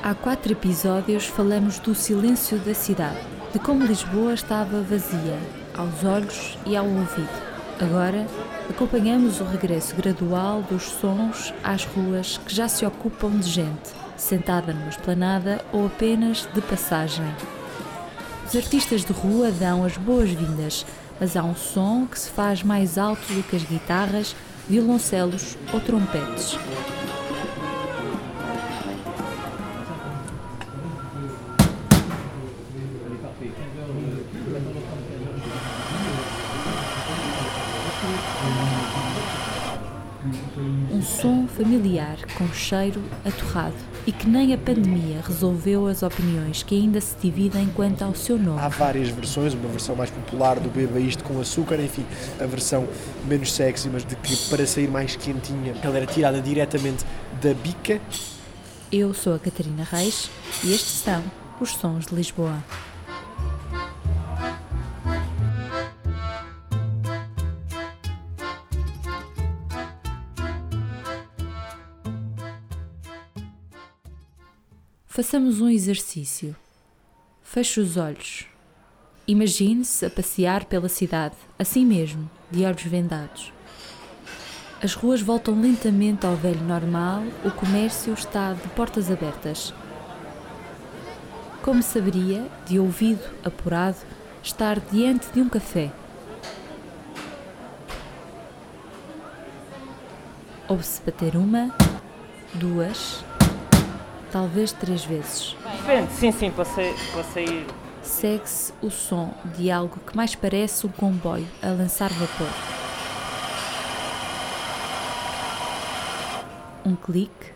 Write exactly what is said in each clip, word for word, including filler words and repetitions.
Há quatro episódios falamos do silêncio da cidade, de como Lisboa estava vazia, aos olhos e ao ouvido. Agora, acompanhamos o regresso gradual dos sons às ruas que já se ocupam de gente, sentada numa esplanada ou apenas de passagem. Os artistas de rua dão as boas-vindas, mas há um som que se faz mais alto do que as guitarras, violoncelos ou trompetes. Um som familiar, com cheiro a torrado, e que nem a pandemia resolveu as opiniões que ainda se dividem quanto ao seu nome. Há várias versões, uma versão mais popular do beba isto com açúcar, enfim, a versão menos sexy, mas de que para sair mais quentinha, ela era tirada diretamente da bica. Eu sou a Catarina Reis e estes são os Sons de Lisboa. Façamos um exercício. Feche os olhos. Imagine-se a passear pela cidade, assim mesmo, de olhos vendados. As ruas voltam lentamente ao velho normal, o comércio está de portas abertas. Como saberia, de ouvido apurado, estar diante de um café? Ouve-se bater uma, duas... talvez três vezes. Depende, sim, sim, para sair, para sair. Segue-se o som de algo que mais parece um comboio a lançar vapor. Um clique.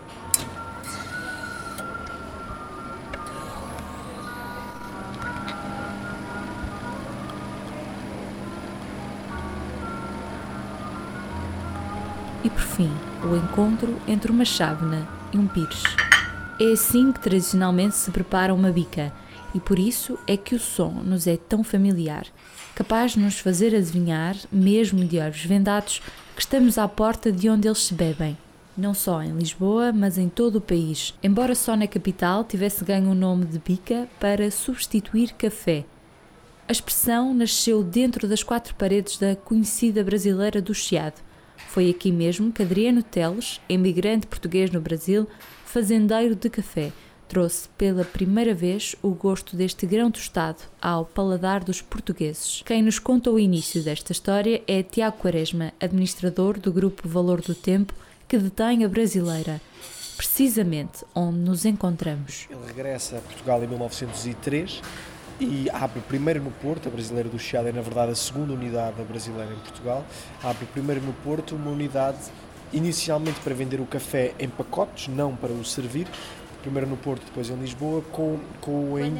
E por fim, o encontro entre uma chávena e um pires. É assim que tradicionalmente se prepara uma bica e por isso é que o som nos é tão familiar, capaz de nos fazer adivinhar, mesmo de olhos vendados, que estamos à porta de onde eles se bebem. Não só em Lisboa, mas em todo o país, embora só na capital tivesse ganho o nome de bica para substituir café. A expressão nasceu dentro das quatro paredes da conhecida brasileira do Chiado. Foi aqui mesmo que Adriano Teles, imigrante português no Brasil, fazendeiro de café, trouxe pela primeira vez o gosto deste grão tostado ao paladar dos portugueses. Quem nos conta o início desta história é Tiago Quaresma, administrador do grupo Valor do Tempo, que detém a Brasileira, precisamente onde nos encontramos. Ele regressa a Portugal em mil novecentos e três e abre primeiro no Porto. A Brasileira do Chiado é, na verdade, a segunda unidade da Brasileira em Portugal. Abre primeiro no Porto uma unidade inicialmente para vender o café em pacotes, não para o servir. Primeiro no Porto, depois em Lisboa, com, com em,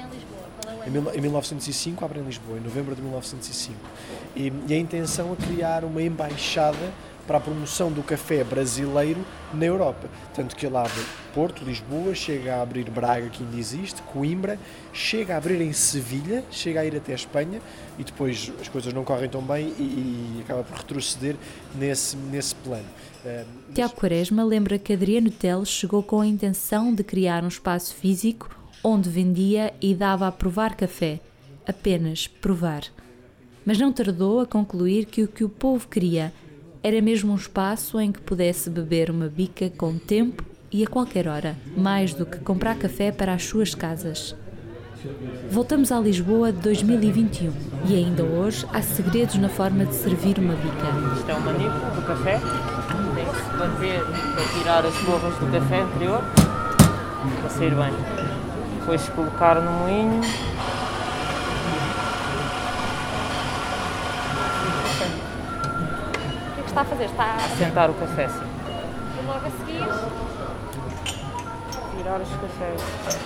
em mil novecentos e cinco abre em Lisboa, em novembro de mil novecentos e cinco. E, e a intenção é criar uma embaixada para a promoção do café brasileiro na Europa. Tanto que ele abre Porto, Lisboa, chega a abrir Braga, que ainda existe, Coimbra, chega a abrir em Sevilha, chega a ir até a Espanha e depois as coisas não correm tão bem e, e acaba por retroceder nesse, nesse plano. Uh, Tiago Quaresma lembra que Adriano Teles chegou com a intenção de criar um espaço físico onde vendia e dava a provar café, apenas provar. Mas não tardou a concluir que o que o povo queria era mesmo um espaço em que pudesse beber uma bica com tempo e a qualquer hora, mais do que comprar café para as suas casas. Voltamos à Lisboa de dois mil e vinte e um e ainda hoje há segredos na forma de servir uma bica. Isto é um manípulo do café, tem que se bater para tirar as borras do café anterior, para sair bem. Depois colocar no moinho. Está a fazer? Está a sentar o café, sim. E logo a seguir tirar os cafés.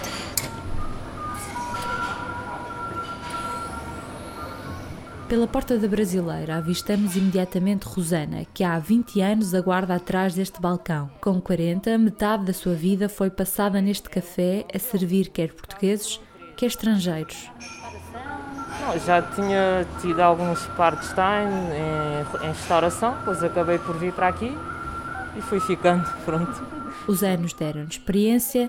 Pela porta da Brasileira avistamos imediatamente Rosana, que há vinte anos aguarda atrás deste balcão. Com quarenta, metade da sua vida foi passada neste café a servir quer portugueses, quer estrangeiros. Não, já tinha tido alguns part-time em, em restauração, depois acabei por vir para aqui e fui ficando, pronto. Os anos deram experiência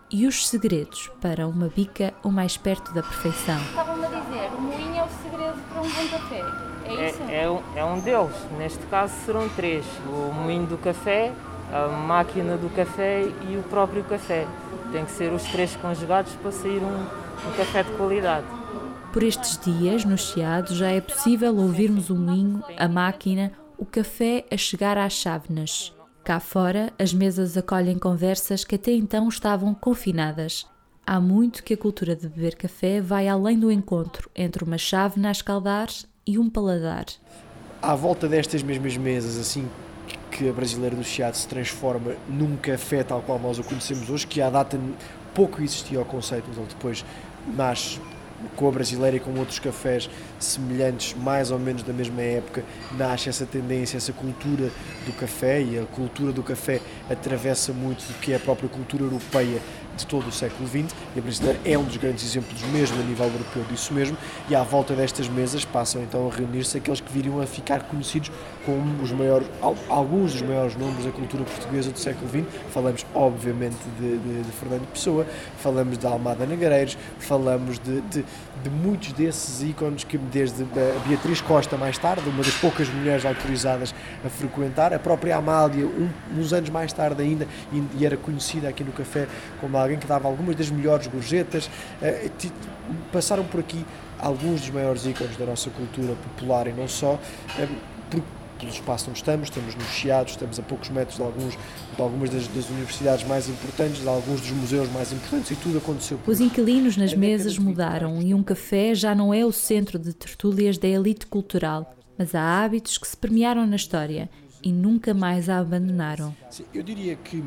e os segredos para uma bica o mais perto da perfeição. Estavam-me a dizer, o moinho é o segredo para um bom café. É isso? É, é, um, é um deles. Neste caso serão três. O moinho do café, a máquina do café e o próprio café. Tem que ser os três conjugados para sair um, um café de qualidade. Por estes dias, no Chiado, já é possível ouvirmos o moinho, a máquina, o café a chegar às chávenas. Cá fora, as mesas acolhem conversas que até então estavam confinadas. Há muito que a cultura de beber café vai além do encontro entre uma chávena a escaldar e um paladar. À volta destas mesmas mesas, assim que a Brasileira do Chiado se transforma num café tal qual nós o conhecemos hoje, que à data pouco existia o conceito, mas ele depois nasce com a Brasileira e com outros cafés semelhantes, mais ou menos da mesma época, nasce essa tendência, essa cultura do café, e a cultura do café atravessa muito do que é a própria cultura europeia de todo o século vinte, e a Brasileira é um dos grandes exemplos mesmo a nível europeu disso mesmo, e à volta destas mesas passam então a reunir-se aqueles que viriam a ficar conhecidos como os maiores, alguns dos maiores nomes da cultura portuguesa do século vinte. Falamos obviamente de, de, de Fernando Pessoa, falamos de Almada Negreiros, falamos de, de, de muitos desses ícones que desde a Beatriz Costa mais tarde, uma das poucas mulheres autorizadas a frequentar, a própria Amália um, uns anos mais tarde ainda, e, e era conhecida aqui no café como alguém que dava algumas das melhores gorjetas. Eh, passaram por aqui alguns dos maiores ícones da nossa cultura popular e não só, eh, por, pelo espaço onde estamos, estamos no Chiado, estamos a poucos metros de, alguns, de algumas das, das universidades mais importantes, de alguns dos museus mais importantes, e tudo aconteceu. Os inquilinos nas mesas mudaram e um café já não é o centro de tertúlias da elite cultural, mas há hábitos que se permearam na história e nunca mais a abandonaram. Sim, eu diria que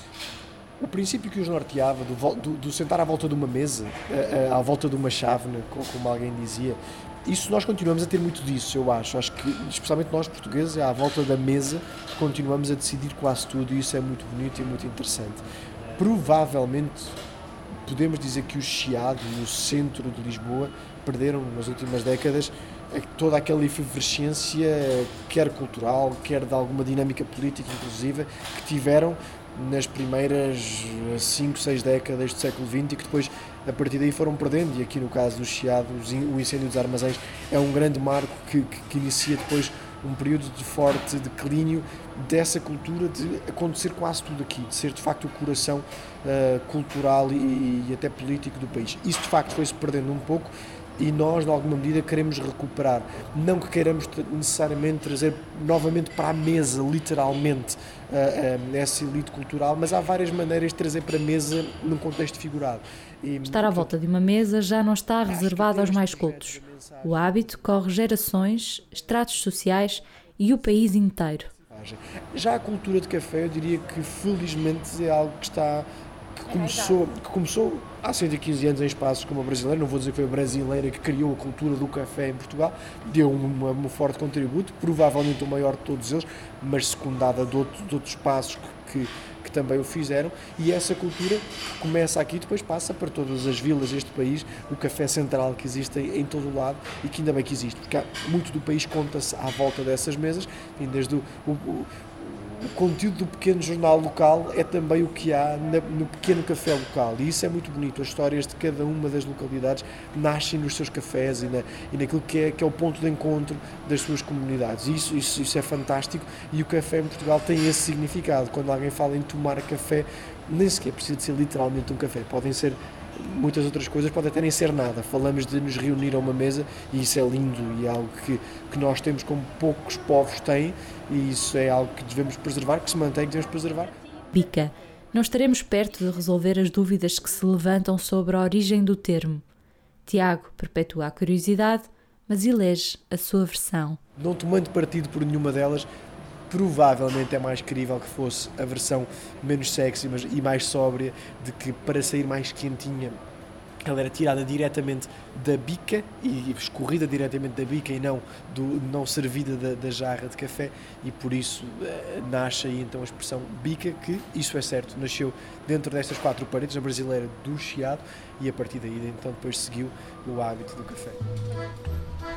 o princípio que os norteava, do, do, do sentar à volta de uma mesa, à, à volta de uma chávena, como alguém dizia, isso nós continuamos a ter muito disso, eu acho. Acho que, especialmente nós portugueses, à volta da mesa, continuamos a decidir quase tudo, e isso é muito bonito e muito interessante. Provavelmente, podemos dizer que o Chiado e o centro de Lisboa perderam, nas últimas décadas, toda aquela efervescência, quer cultural, quer de alguma dinâmica política, inclusive, que tiveram nas primeiras cinco, seis décadas do século vinte, e que depois, a partir daí, foram perdendo. E aqui no caso do Chiado, o incêndio dos armazéns é um grande marco que, que, que inicia depois um período de forte declínio dessa cultura de acontecer quase tudo aqui, de ser de facto o coração uh, cultural e, e até político do país. Isso de facto foi-se perdendo um pouco, e nós, de alguma medida, queremos recuperar. Não que queiramos necessariamente trazer novamente para a mesa, literalmente, uh, uh, essa elite cultural, mas há várias maneiras de trazer para a mesa num contexto figurado. E, Estar à volta de uma mesa já não está reservado aos mais cultos. O hábito corre gerações, estratos sociais e o país inteiro. Já a cultura de café, eu diria que felizmente é algo que está... que começou, que começou há cento e quinze anos em espaços como a Brasileira. Não vou dizer que foi a Brasileira que criou a cultura do café em Portugal, deu um, um forte contributo, provavelmente o maior de todos eles, mas secundada de, outro, de outros espaços que, que, que também o fizeram, e essa cultura começa aqui e depois passa para todas as vilas deste país, o café central que existe em, em todo o lado, e que ainda bem que existe, porque há, muito do país conta-se à volta dessas mesas, e desde o, o, o O conteúdo do pequeno jornal local é também o que há no pequeno café local, e isso é muito bonito. As histórias de cada uma das localidades nascem nos seus cafés e, na, e naquilo que é, que é o ponto de encontro das suas comunidades. Isso, isso, isso é fantástico, e o café em Portugal tem esse significado. Quando alguém fala em tomar café, nem sequer precisa de ser literalmente um café, podem ser muitas outras coisas, pode até nem ser nada. Falamos de nos reunir a uma mesa, e isso é lindo, e é algo que, que nós temos como poucos povos têm, e isso é algo que devemos preservar, que se mantém, que devemos preservar. Bica, não estaremos perto de resolver as dúvidas que se levantam sobre a origem do termo. Tiago perpetua a curiosidade, mas elege a sua versão. Não tomando partido por nenhuma delas, provavelmente é mais crível que fosse a versão menos sexy mas, e mais sóbria, de que para sair mais quentinha ela era tirada diretamente da bica e escorrida diretamente da bica, e não, do, não servida da, da jarra de café, e por isso uh, nasce aí então a expressão bica, que, isso é certo, nasceu dentro destas quatro paredes, na Brasileira do Chiado, e a partir daí então depois seguiu o hábito do café.